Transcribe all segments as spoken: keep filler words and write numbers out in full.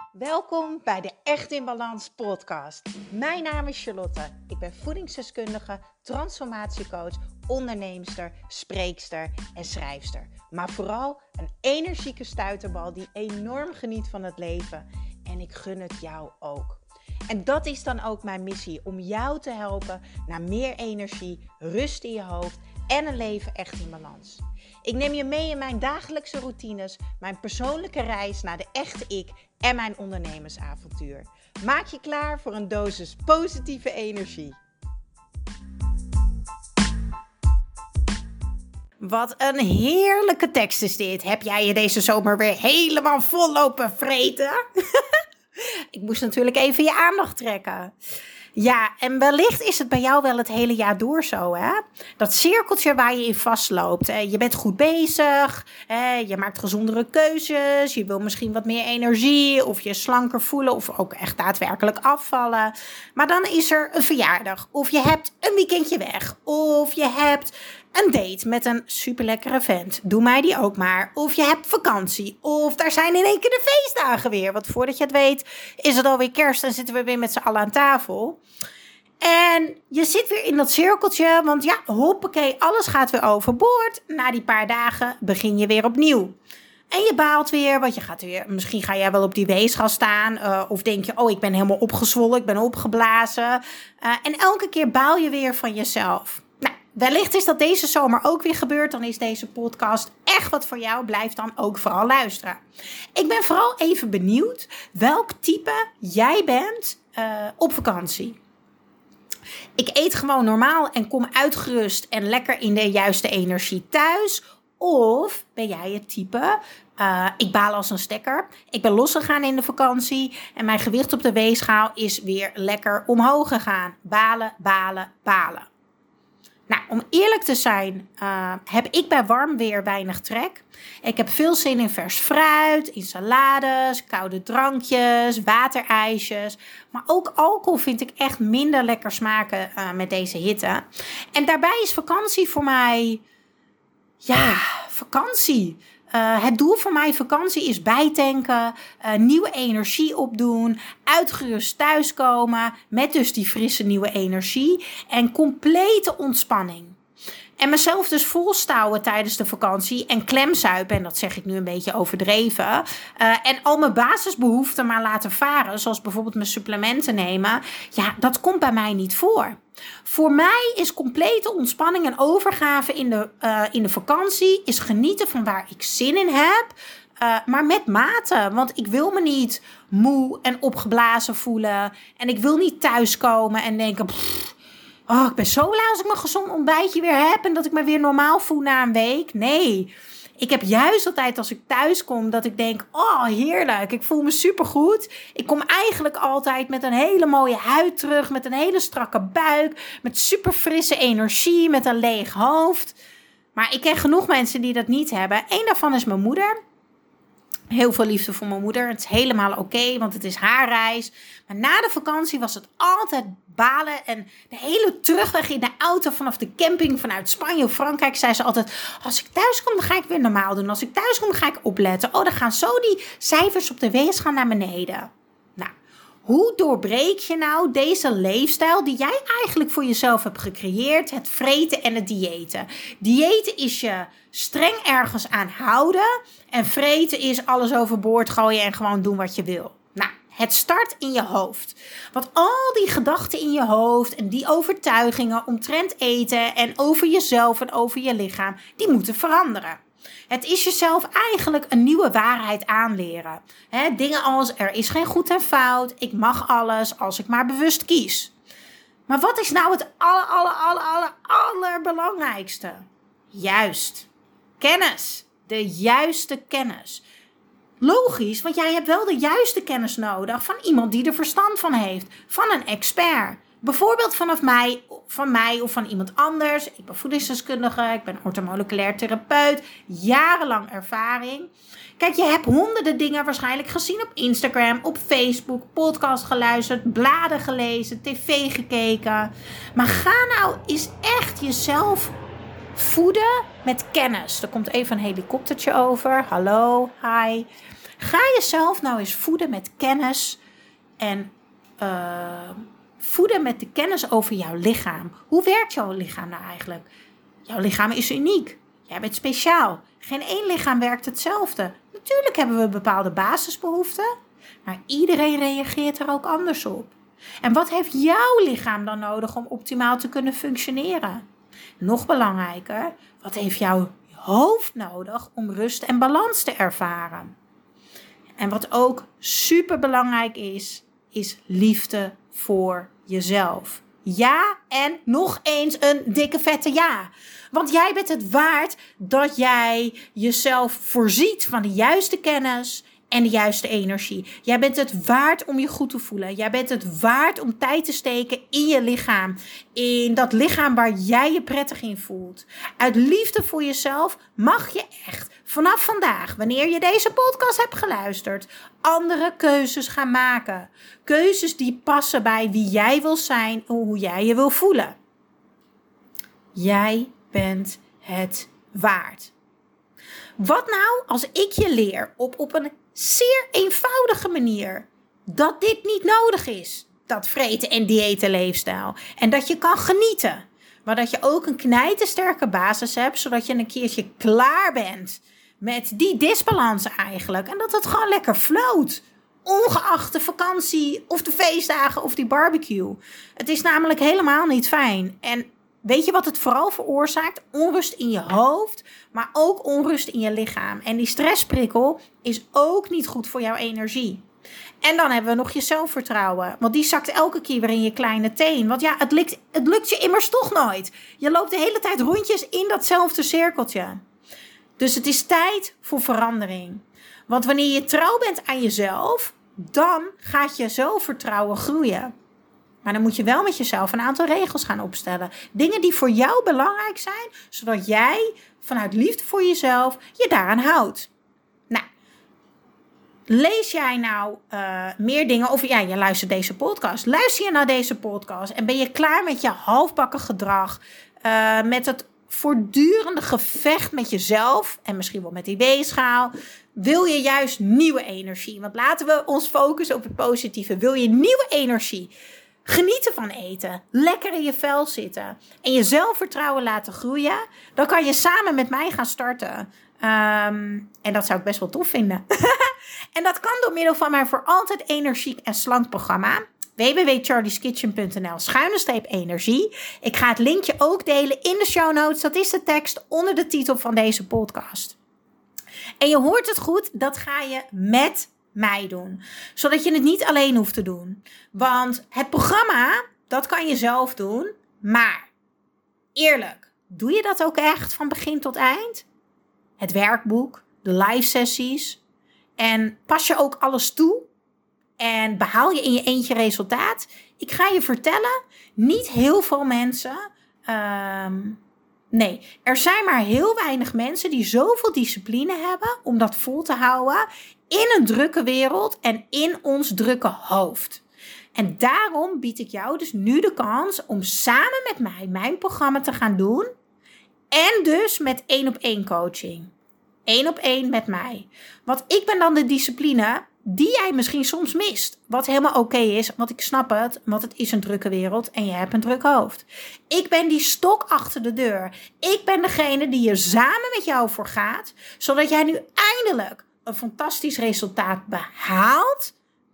Welkom bij de Echt in Balans podcast. Mijn naam is Charlotte. Ik ben voedingsdeskundige, transformatiecoach, onderneemster, spreekster en schrijfster. Maar vooral een energieke stuiterbal die enorm geniet van het leven. En ik gun het jou ook. En dat is dan ook mijn missie, om jou te helpen naar meer energie, rust in je hoofd en een leven echt in balans. Ik neem je mee in mijn dagelijkse routines, mijn persoonlijke reis naar de echte ik en mijn ondernemersavontuur. Maak je klaar voor een dosis positieve energie. Wat een heerlijke tekst is dit. Heb jij je deze zomer weer helemaal vol lopen vreten? Ik moest natuurlijk even je aandacht trekken. Ja, en wellicht is het bij jou wel het hele jaar door zo, hè? Dat cirkeltje waar je in vastloopt. Je bent goed bezig, je maakt gezondere keuzes, je wil misschien wat meer energie of je slanker voelen of ook echt daadwerkelijk afvallen. Maar dan is er een verjaardag of je hebt een weekendje weg of je hebt een date met een superlekkere vent. Doe mij die ook maar. Of je hebt vakantie. Of daar zijn in één keer de feestdagen weer. Want voordat je het weet is het alweer kerst en zitten we weer met z'n allen aan tafel. En je zit weer in dat cirkeltje. Want ja, hoppakee, alles gaat weer overboord. Na die paar dagen begin je weer opnieuw. En je baalt weer, want je gaat weer, misschien ga jij wel op die weegschaal staan. Uh, of denk je, oh, ik ben helemaal opgezwollen, ik ben opgeblazen. Uh, en elke keer baal je weer van jezelf. Nou, wellicht is dat deze zomer ook weer gebeurd. Dan is deze podcast echt wat voor jou. Blijf dan ook vooral luisteren. Ik ben vooral even benieuwd welk type jij bent uh, op vakantie. Ik eet gewoon normaal en kom uitgerust en lekker in de juiste energie thuis. Of ben jij het type, uh, ik baal als een stekker. Ik ben losgegaan in de vakantie en mijn gewicht op de weegschaal is weer lekker omhoog gegaan. Balen, balen, balen. Nou, om eerlijk te zijn, uh, heb ik bij warm weer weinig trek. Ik heb veel zin in vers fruit, in salades, koude drankjes, waterijsjes. Maar ook alcohol vind ik echt minder lekker smaken uh, met deze hitte. En daarbij is vakantie voor mij, ja, vakantie. Uh, het doel van mijn vakantie is bijtanken, uh, nieuwe energie opdoen, uitgerust thuiskomen met dus die frisse nieuwe energie en complete ontspanning. En mezelf dus volstouwen tijdens de vakantie en klemzuipen, en dat zeg ik nu een beetje overdreven. Uh, en al mijn basisbehoeften maar laten varen, zoals bijvoorbeeld mijn supplementen nemen. Ja, dat komt bij mij niet voor. Voor mij is complete ontspanning en overgave in de, uh, in de vakantie, is genieten van waar ik zin in heb. Uh, maar met mate, want ik wil me niet moe en opgeblazen voelen. En ik wil niet thuiskomen en denken, pff, oh, ik ben zo blij als ik mijn gezond ontbijtje weer heb en dat ik me weer normaal voel na een week. Nee, ik heb juist altijd als ik thuis kom dat ik denk, oh heerlijk, ik voel me supergoed. Ik kom eigenlijk altijd met een hele mooie huid terug, met een hele strakke buik, met super frisse energie, met een leeg hoofd. Maar ik ken genoeg mensen die dat niet hebben. Eén daarvan is mijn moeder. Heel veel liefde voor mijn moeder. Het is helemaal oké, okay, want het is haar reis. Maar na de vakantie was het altijd balen. En de hele terugweg in de auto vanaf de camping vanuit Spanje of Frankrijk zei ze altijd, als ik thuis kom, dan ga ik weer normaal doen. Als ik thuis kom, dan ga ik opletten. Oh, dan gaan zo die cijfers op de weegschaal naar beneden. Nou, hoe doorbreek je nou deze leefstijl die jij eigenlijk voor jezelf hebt gecreëerd? Het vreten en het diëten. Diëten is je streng ergens aan houden. En vreten is alles overboord gooien en gewoon doen wat je wil. Nou, het start in je hoofd. Want al die gedachten in je hoofd en die overtuigingen omtrent eten en over jezelf en over je lichaam, die moeten veranderen. Het is jezelf eigenlijk een nieuwe waarheid aanleren. He, dingen als, er is geen goed en fout, ik mag alles als ik maar bewust kies. Maar wat is nou het aller, aller, aller, aller, allerbelangrijkste? Juist, kennis. De juiste kennis. Logisch, want jij hebt wel de juiste kennis nodig van iemand die er verstand van heeft. Van een expert. Bijvoorbeeld vanaf mij, van mij of van iemand anders. Ik ben voedingsdeskundige, ik ben orthomoleculair therapeut. Jarenlang ervaring. Kijk, je hebt honderden dingen waarschijnlijk gezien op Instagram, op Facebook, podcast geluisterd, bladen gelezen, tv gekeken. Maar ga nou eens echt jezelf voeden met kennis. Er komt even een helikoptertje over. Hallo, hi. Ga jezelf nou eens voeden met kennis en uh, voeden met de kennis over jouw lichaam. Hoe werkt jouw lichaam nou eigenlijk? Jouw lichaam is uniek. Jij bent speciaal. Geen één lichaam werkt hetzelfde. Natuurlijk hebben we bepaalde basisbehoeften, maar iedereen reageert er ook anders op. En wat heeft jouw lichaam dan nodig om optimaal te kunnen functioneren? Nog belangrijker, wat heeft jouw hoofd nodig om rust en balans te ervaren? En wat ook super belangrijk is, is liefde voor jezelf. Ja en nog eens een dikke vette ja. Want jij bent het waard dat jij jezelf voorziet van de juiste kennis en de juiste energie. Jij bent het waard om je goed te voelen. Jij bent het waard om tijd te steken in je lichaam. In dat lichaam waar jij je prettig in voelt. Uit liefde voor jezelf mag je echt vanaf vandaag, wanneer je deze podcast hebt geluisterd, andere keuzes gaan maken. Keuzes die passen bij wie jij wil zijn en hoe jij je wil voelen. Jij bent het waard. Wat nou als ik je leer op, op een zeer eenvoudige manier dat dit niet nodig is, dat vreten en diëten leefstijl, en dat je kan genieten, maar dat je ook een knijtersterke basis hebt, zodat je een keertje klaar bent met die disbalans eigenlijk en dat het gewoon lekker float, ongeacht de vakantie of de feestdagen of die barbecue. Het is namelijk helemaal niet fijn. En weet je wat het vooral veroorzaakt? Onrust in je hoofd, maar ook onrust in je lichaam. En die stressprikkel is ook niet goed voor jouw energie. En dan hebben we nog je zelfvertrouwen. Want die zakt elke keer weer in je kleine teen. Want ja, het lukt, het lukt je immers toch nooit. Je loopt de hele tijd rondjes in datzelfde cirkeltje. Dus het is tijd voor verandering. Want wanneer je trouw bent aan jezelf, dan gaat je zelfvertrouwen groeien. Maar dan moet je wel met jezelf een aantal regels gaan opstellen. Dingen die voor jou belangrijk zijn, zodat jij vanuit liefde voor jezelf je daaraan houdt. Nou, lees jij nou uh, meer dingen of ja, je luistert deze podcast. Luister je naar deze podcast en ben je klaar met je halfbakken gedrag, uh, met het voortdurende gevecht met jezelf en misschien wel met die weegschaal? Wil je juist nieuwe energie? Want laten we ons focussen op het positieve. Wil je nieuwe energie? Genieten van eten, lekker in je vel zitten en je zelfvertrouwen laten groeien, dan kan je samen met mij gaan starten. Um, en dat zou ik best wel tof vinden. En dat kan door middel van mijn voor altijd energiek en slank programma. w w w punt charlies kitchen punt n l schuine streep energie. Ik ga het linkje ook delen in de show notes. Dat is de tekst onder de titel van deze podcast. En je hoort het goed, dat ga je met mij doen. Zodat je het niet alleen hoeft te doen. Want het programma, dat kan je zelf doen. Maar eerlijk, doe je dat ook echt van begin tot eind? Het werkboek, de live sessies. En pas je ook alles toe? En behaal je in je eentje resultaat? Ik ga je vertellen, niet heel veel mensen. Um, nee, er zijn maar heel weinig mensen die zoveel discipline hebben om dat vol te houden in een drukke wereld en in ons drukke hoofd. En daarom bied ik jou dus nu de kans om samen met mij mijn programma te gaan doen. En dus met één op één coaching. Eén op één met mij. Want ik ben dan de discipline die jij misschien soms mist. Wat helemaal oké is, want ik snap het. Want het is een drukke wereld en je hebt een druk hoofd. Ik ben die stok achter de deur. Ik ben degene die er samen met jou voor gaat. Zodat jij nu eindelijk een fantastisch resultaat behaalt.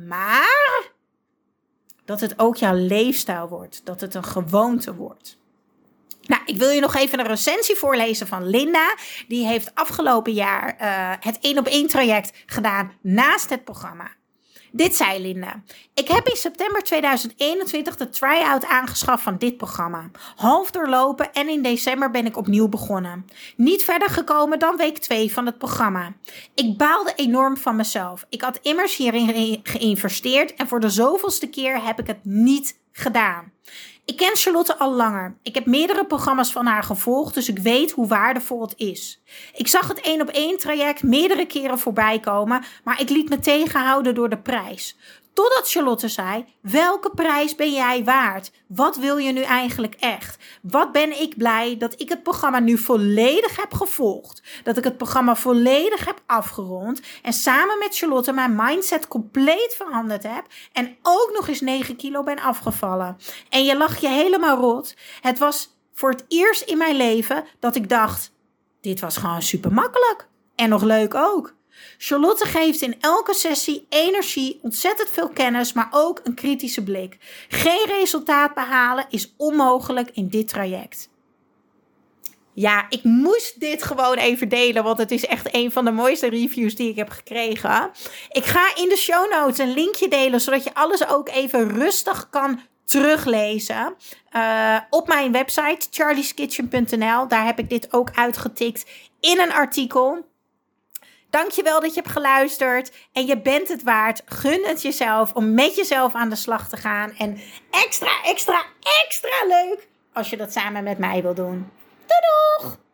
Maar dat het ook jouw leefstijl wordt. Dat het een gewoonte wordt. Nou, ik wil je nog even een recensie voorlezen van Linda. Die heeft afgelopen jaar uh, het één op één traject gedaan naast het programma. Dit zei Linda. Ik heb in september tweeduizend eenentwintig de try-out aangeschaft van dit programma. Half doorlopen en in december ben ik opnieuw begonnen. Niet verder gekomen dan week twee van het programma. Ik baalde enorm van mezelf. Ik had immers hierin geïnvesteerd en voor de zoveelste keer heb ik het niet gedaan. Ik ken Charlotte al langer. Ik heb meerdere programma's van haar gevolgd, dus ik weet hoe waardevol het is. Ik zag het één op één traject meerdere keren voorbij komen, maar ik liet me tegenhouden door de prijs. Totdat Charlotte zei, welke prijs ben jij waard? Wat wil je nu eigenlijk echt? Wat ben ik blij dat ik het programma nu volledig heb gevolgd. Dat ik het programma volledig heb afgerond. En samen met Charlotte mijn mindset compleet veranderd heb. En ook nog eens negen kilo ben afgevallen. En je lacht je helemaal rot. Het was voor het eerst in mijn leven dat ik dacht, dit was gewoon super makkelijk. En nog leuk ook. Charlotte geeft in elke sessie energie, ontzettend veel kennis, maar ook een kritische blik. Geen resultaat behalen is onmogelijk in dit traject. Ja, ik moest dit gewoon even delen, want het is echt een van de mooiste reviews die ik heb gekregen. Ik ga in de show notes een linkje delen, zodat je alles ook even rustig kan teruglezen. Uh, op mijn website charlies kitchen punt n l. Daar heb ik dit ook uitgetikt in een artikel. Dankjewel dat je hebt geluisterd en je bent het waard. Gun het jezelf om met jezelf aan de slag te gaan. En extra, extra, extra leuk als je dat samen met mij wil doen. Doei doeg!